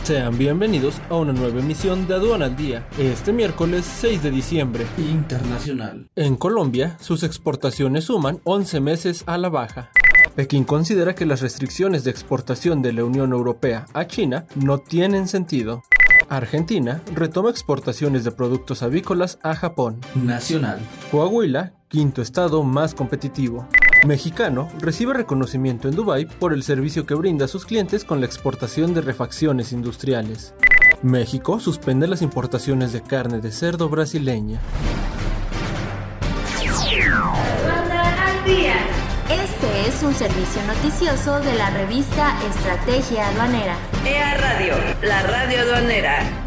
Sean bienvenidos a una nueva emisión de Aduana al Día, este miércoles 6 de diciembre. Internacional. En Colombia, sus exportaciones suman 11 meses a la baja. Pekín considera que las restricciones de exportación de la Unión Europea a China no tienen sentido. Argentina retoma exportaciones de productos avícolas a Japón. Nacional. Coahuila, quinto estado más competitivo. Mexicano recibe reconocimiento en Dubái por el servicio que brinda a sus clientes con la exportación de refacciones industriales. México suspende las importaciones de carne de cerdo brasileña. Aduana al Día. Este es un servicio noticioso de la revista Estrategia Aduanera. EA Radio, la radio aduanera.